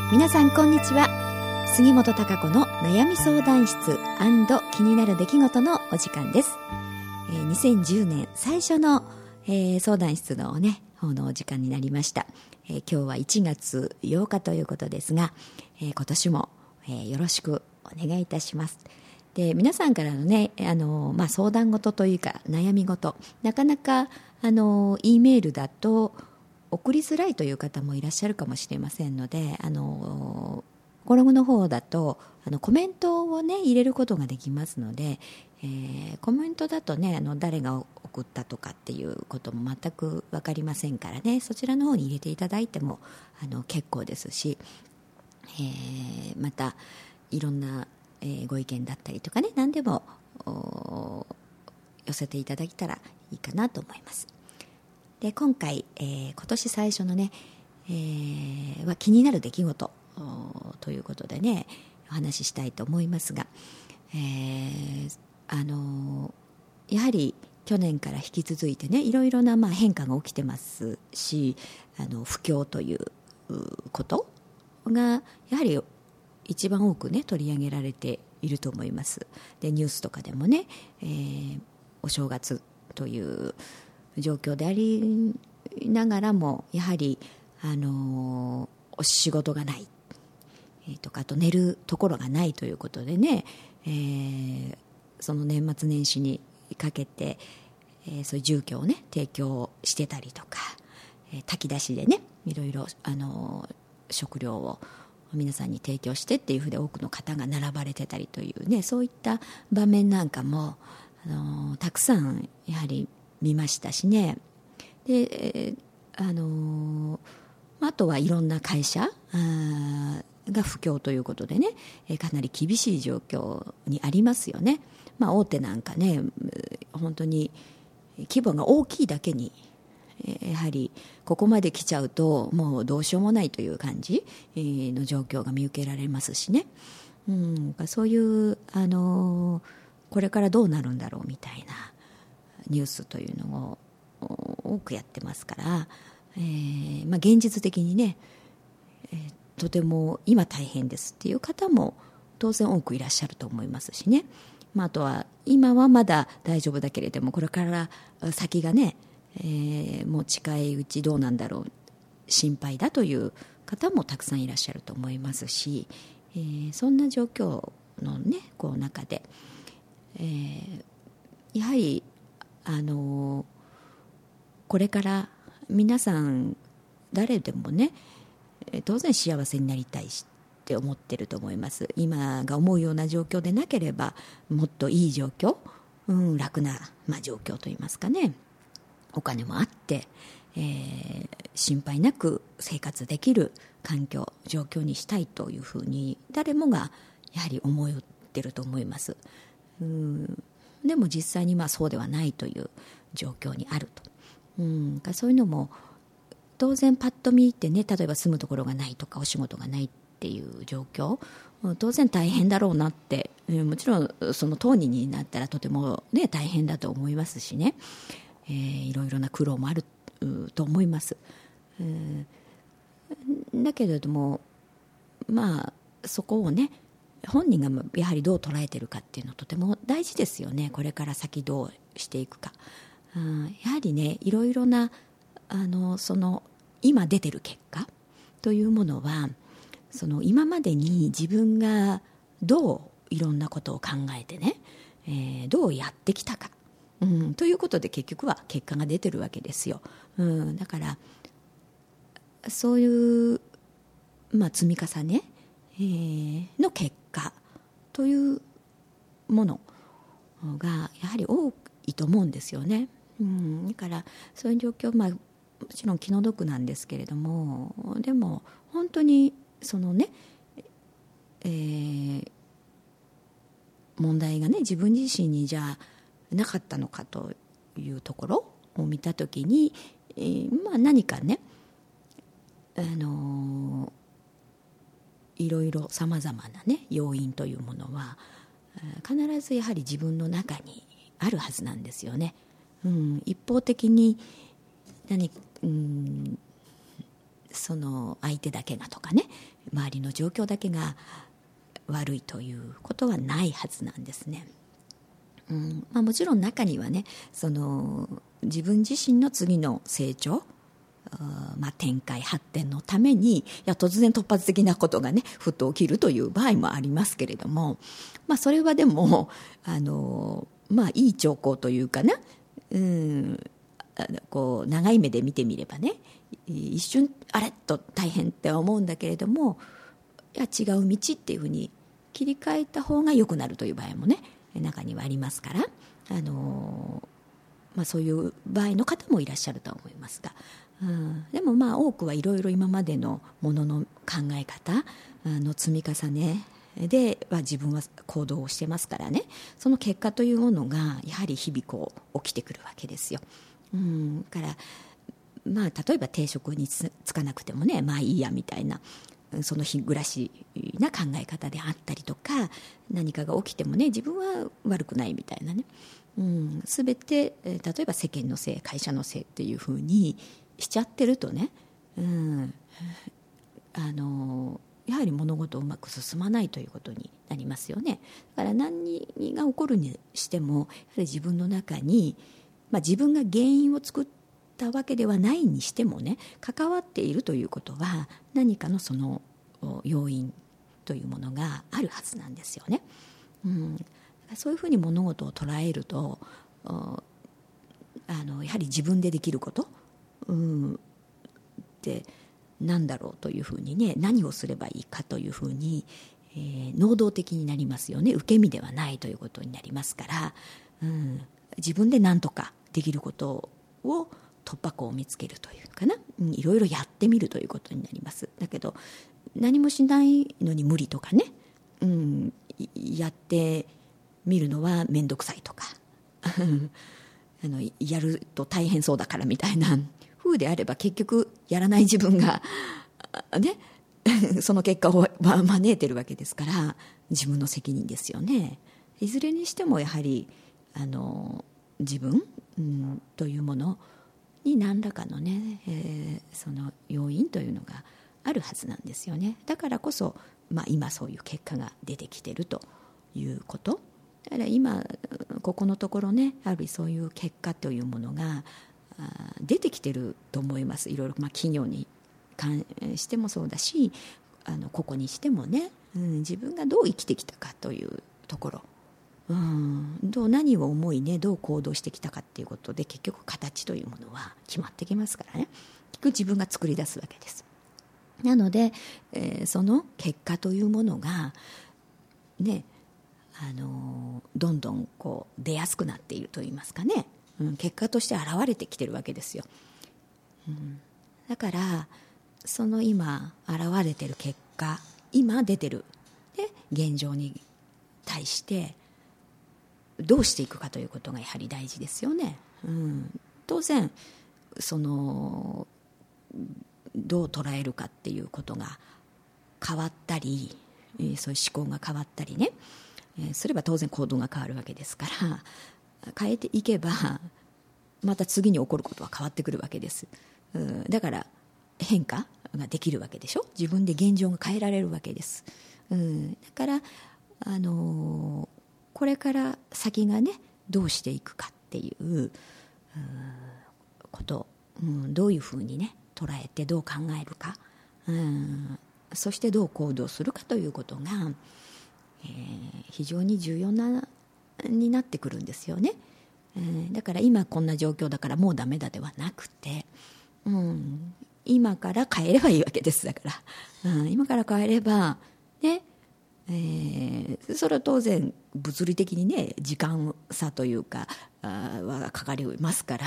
皆さんこんにちは。杉本孝子の悩み相談室&気になる出来事のお時間です。2010年最初の、相談室のね方のお時間になりました。今日は1月8日ということですが、今年も、よろしくお願いいたします。で、皆さんからのね相談事というか悩み事、なかなかEメールだと送りづらいという方もいらっしゃるかもしれませんので、ブログの方だとコメントをね入れることができますので、コメントだとね誰が送ったとかっていうことも全く分かりませんからね、そちらの方に入れていただいても結構ですし、またいろんな、ご意見だったりとかね、何でも寄せていただけたらいいかなと思います。で、今回、今年最初のね、は気になる出来事ということでねお話ししたいと思いますが、やはり去年から引き続いてねいろいろな変化が起きてますし、不況ということがやはり一番多くね取り上げられていると思います。で、ニュースとかでもね、お正月という状況でありながらもやはりお仕事がないとか、あと寝るところがないということでね、その年末年始にかけて、そういう住居をね提供してたりとか、炊き出しでねいろいろ食料を皆さんに提供してっていうふうで多くの方が並ばれてたりというね、そういった場面なんかもたくさんやはり見ましたしね。で、あとはいろんな会社が不況ということでね、かなり厳しい状況にありますよね。大手なんかね本当に規模が大きいだけにやはりここまで来ちゃうともうどうしようもないという感じの状況が見受けられますしね、そういうこれからどうなるんだろうみたいなニュースというのを多くやってますから、現実的にね、とても今大変ですっていう方も当然多くいらっしゃると思いますしね、あとは今はまだ大丈夫だけれどもこれから先がね、もう近いうちどうなんだろう心配だという方もたくさんいらっしゃると思いますし、そんな状況のね中で、やはりこれから皆さん誰でもね当然幸せになりたいしって思ってると思います。今が思うような状況でなければもっといい状況、楽な、状況といいますかね、お金もあって、心配なく生活できる環境状況にしたいというふうに誰もがやはり思ってると思います。でも実際にそうではないという状況にあると、そういうのも当然パッと見てね、例えば住むところがないとかお仕事がないっていう状況、当然大変だろうなって、もちろんその当人になったらとてもね大変だと思いますしね、いろいろな苦労もあると思います。だけれどもそこをね本人がやはりどう捉えているかっていうのはとても大事ですよね。これから先どうしていくか、やはりねいろいろなその今出てる結果というものはその今までに自分がどういろんなことを考えてね、どうやってきたか、ということで結局は結果が出てるわけですよ。だからそういう、積み重ね、の結果というものがやはり多いと思うんですよね。だからそういう状況、もちろん気の毒なんですけれども、でも本当にそのね、問題がね自分自身にじゃあなかったのかというところを見たときに、何かねいろいろさまざまなね要因というものは必ずやはり自分の中にあるはずなんですよね。一方的にその相手だけがとかね、周りの状況だけが悪いということはないはずなんですね。もちろん中にはね、その自分自身の次の成長、展開発展のために突然突発的なことがねふっと起きるという場合もありますけれども、それはでもいい兆候というかな、こう長い目で見てみればね、一瞬あれっと大変って思うんだけれども、いや違う道っていうふうに切り替えた方が良くなるという場合もね中にはありますから、そういう場合の方もいらっしゃるとは思いますが、でも多くはいろいろ今までのものの考え方の積み重ねで自分は行動をしてますからね、その結果というものがやはり日々こう起きてくるわけですよ。だから例えば定職につかなくてもね、いいやみたいなその日暮らしな考え方であったりとか、何かが起きてもね自分は悪くないみたいなね、全て例えば世間のせい会社のせいっていうふうにしちゃってるとね、やはり物事をうまく進まないということになりますよね。だから何が起こるにしてもやはり自分の中に、自分が原因を作ったわけではないにしてもね、関わっているということは何かのその要因というものがあるはずなんですよね。そういうふうに物事を捉えるとやはり自分でできること、って何だろうというふうにね、何をすればいいかというふうに、能動的になりますよね。受け身ではないということになりますから、自分で何とかできることを突破口を見つけるというかな、いろいろやってみるということになります。だけど何もしないのに無理とかね、やってみるのは面倒くさいとかやると大変そうだからみたいな風であれば、結局やらない自分がねその結果を招いてるわけですから、自分の責任ですよね。いずれにしてもやはり自分、というものに何らかのね、その要因というのがあるはずなんですよね。だからこそ、今そういう結果が出てきてるということ。だから今ここのところね、やはりそういう結果というものが出てきてると思います。いろいろ企業に関してもそうだし、ここにしてもね、自分がどう生きてきたかというところ、何を思いね、どう行動してきたかっていうことで結局形というものは決まってきますからね。結局自分が作り出すわけです。なので、その結果というものがね、どんどんこう出やすくなっているといいますかね、結果として現れてきてるわけですよ。だからその今現れてる結果、今出てるで現状に対してどうしていくかということがやはり大事ですよね。当然そのどう捉えるかっていうことが変わったり、そういう思考が変わったりね、すれば当然行動が変わるわけですから、変えていけばまた次に起こることは変わってくるわけです。だから変化ができるわけでしょ。自分で現状が変えられるわけです。だからこれから先がねどうしていくかっていうこと、どういうふうにね捉えてどう考えるか、そしてどう行動するかということが、非常に重要になってくるんですよね。だから今こんな状況だからもうダメだではなくて、今から変えればいいわけです。だから、今から変えればね、それは当然物理的にね時間差というかはかかりますから、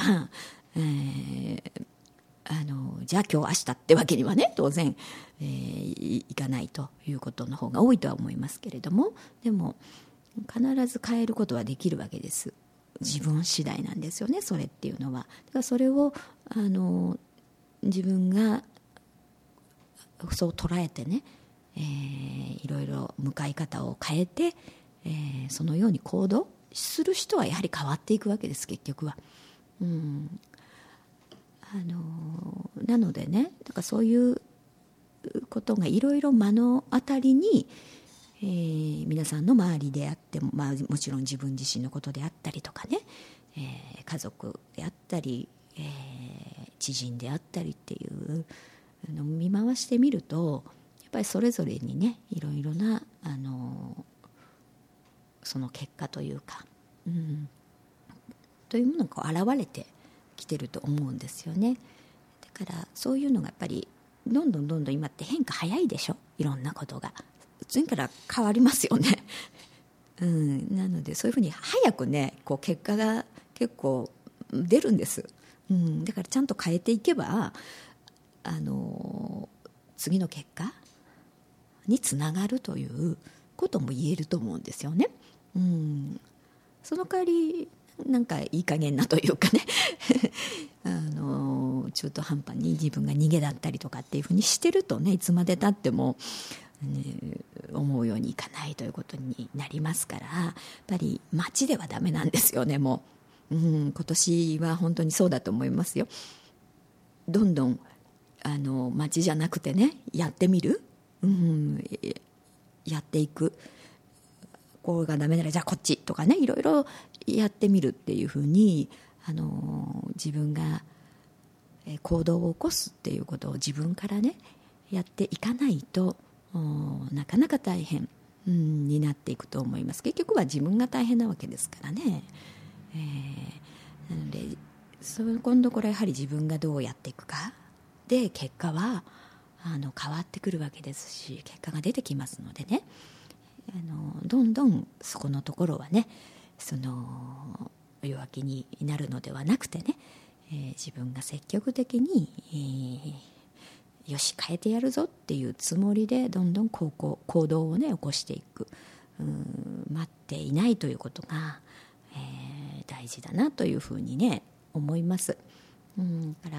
じゃあ今日明日ってわけにはね当然、いかないということの方が多いとは思いますけれども、でも必ず変えることはできるわけです。自分次第なんですよね、それっていうのは。だからそれを自分がそう捉えてね、いろいろ向かい方を変えて、そのように行動する人はやはり変わっていくわけです、結局は。 なのでね、だからそういうことがいろいろ目の当たりに、皆さんの周りであっても、もちろん自分自身のことであったりとかね、家族であったり、知人であったりっていうのを見回してみると、やっぱりそれぞれにね、いろいろなその結果というか、というものが現れてきてると思うんですよね。だからそういうのがやっぱりどんどん今って変化早いでしょ、いろんなことが次から変わりますよねなのでそういうふうに早くね、こう結果が結構出るんです、だからちゃんと変えていけば次の結果につながるということも言えると思うんですよね。その代わりなんかいい加減なというかね中途半端に自分が逃げだったりとかっていうふうにしてるとね、いつまでたっても、思うようにいかないということになりますから、やっぱり街ではダメなんですよね。もう、今年は本当にそうだと思いますよ。どんどん街じゃなくてね、やってみる、やっていく、これがダメならじゃあこっちとかね、いろいろやってみるっていうふうに自分が行動を起こすっていうことを自分からねやっていかないとなかなか大変、になっていくと思います。結局は自分が大変なわけですからね、なので今度これやはり自分がどうやっていくかで結果は変わってくるわけですし、結果が出てきますのでね、どんどんそこのところはね、弱気になるのではなくてね、自分が積極的に、よし変えてやるぞっていうつもりでどんどん行動をね起こしていく、待っていないということが、大事だなというふうにね思います。だから、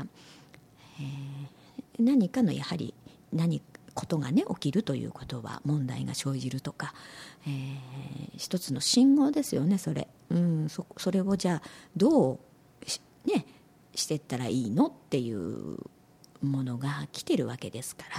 何かのやはりことがね起きるということは問題が生じるとか、一つの信号ですよね、それ。それをじゃあどうしていったらいいのっていうものが来てるわけですから、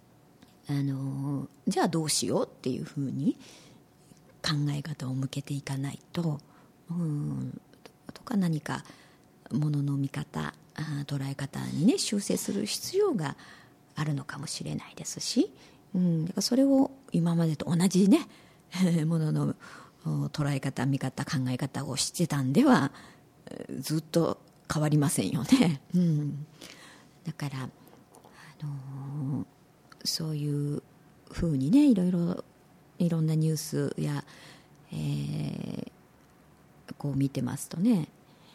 じゃあどうしようっていうふうに考え方を向けていかないと、とか何かものの見方捉え方にね修正する必要があるのかもしれないですし、だからそれを今までと同じねものの捉え方見方考え方をしてたんではずっと変わりませんよね。だから、そういうふうにねいろんなニュースや、こう見てますとね、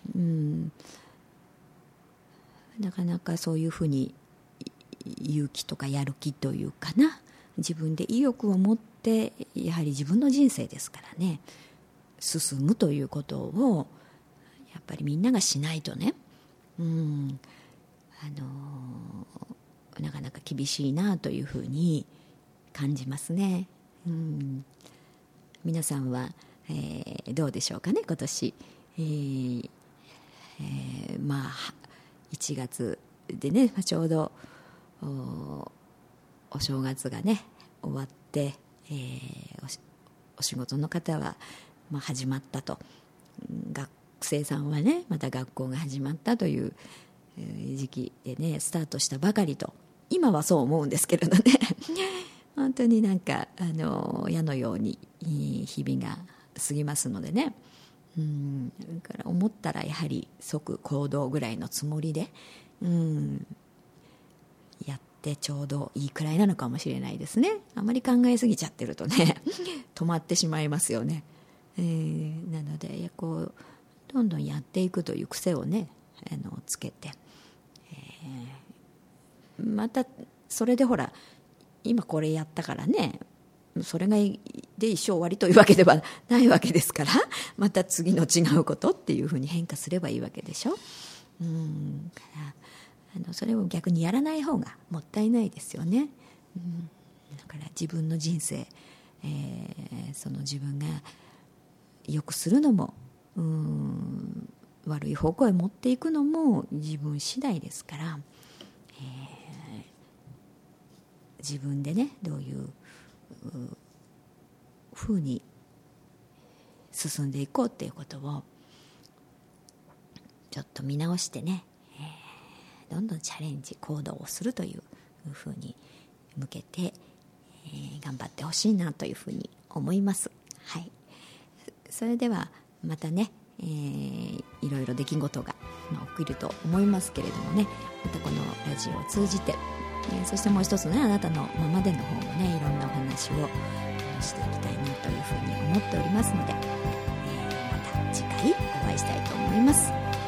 なかなかそういうふうに勇気とかやる気というかな、自分で意欲を持ってやはり自分の人生ですからね、進むということをやっぱりみんながしないとね、なかなか厳しいなというふうに感じますね。皆さんは、どうでしょうかね、今年、1月でね、ちょうどお正月がね終わって、お仕事の方は、始まったと、学生さんはねまた学校が始まったという時期でねスタートしたばかりと今はそう思うんですけれどね本当になんか矢のように日々が過ぎますのでね、だから思ったらやはり即行動ぐらいのつもりで、やってちょうどいいくらいなのかもしれないですね。あまり考えすぎちゃってるとね止まってしまいますよね。なのでこうどんどんやっていくという癖をねつけて、またそれでほら今これやったからねそれがで一生終わりというわけではないわけですから、また次の違うことっていうふうに変化すればいいわけでしょ。からそれを逆にやらない方がもったいないですよね。だから自分の人生、その自分が良くするのも悪い方向へ持っていくのも自分次第ですから、 自分でねどういう風に進んでいこうっていうことをちょっと見直してね、どんどんチャレンジ行動をするという風に向けて、頑張ってほしいなというふうに思います。はい、それではまたね、いろいろ出来事が起きると思いますけれどもね、またこのラジオを通じて、そしてもう一つね、あなたのままでの方もね、いろんなお話をしていきたいなというふうに思っておりますので、また次回お会いしたいと思います。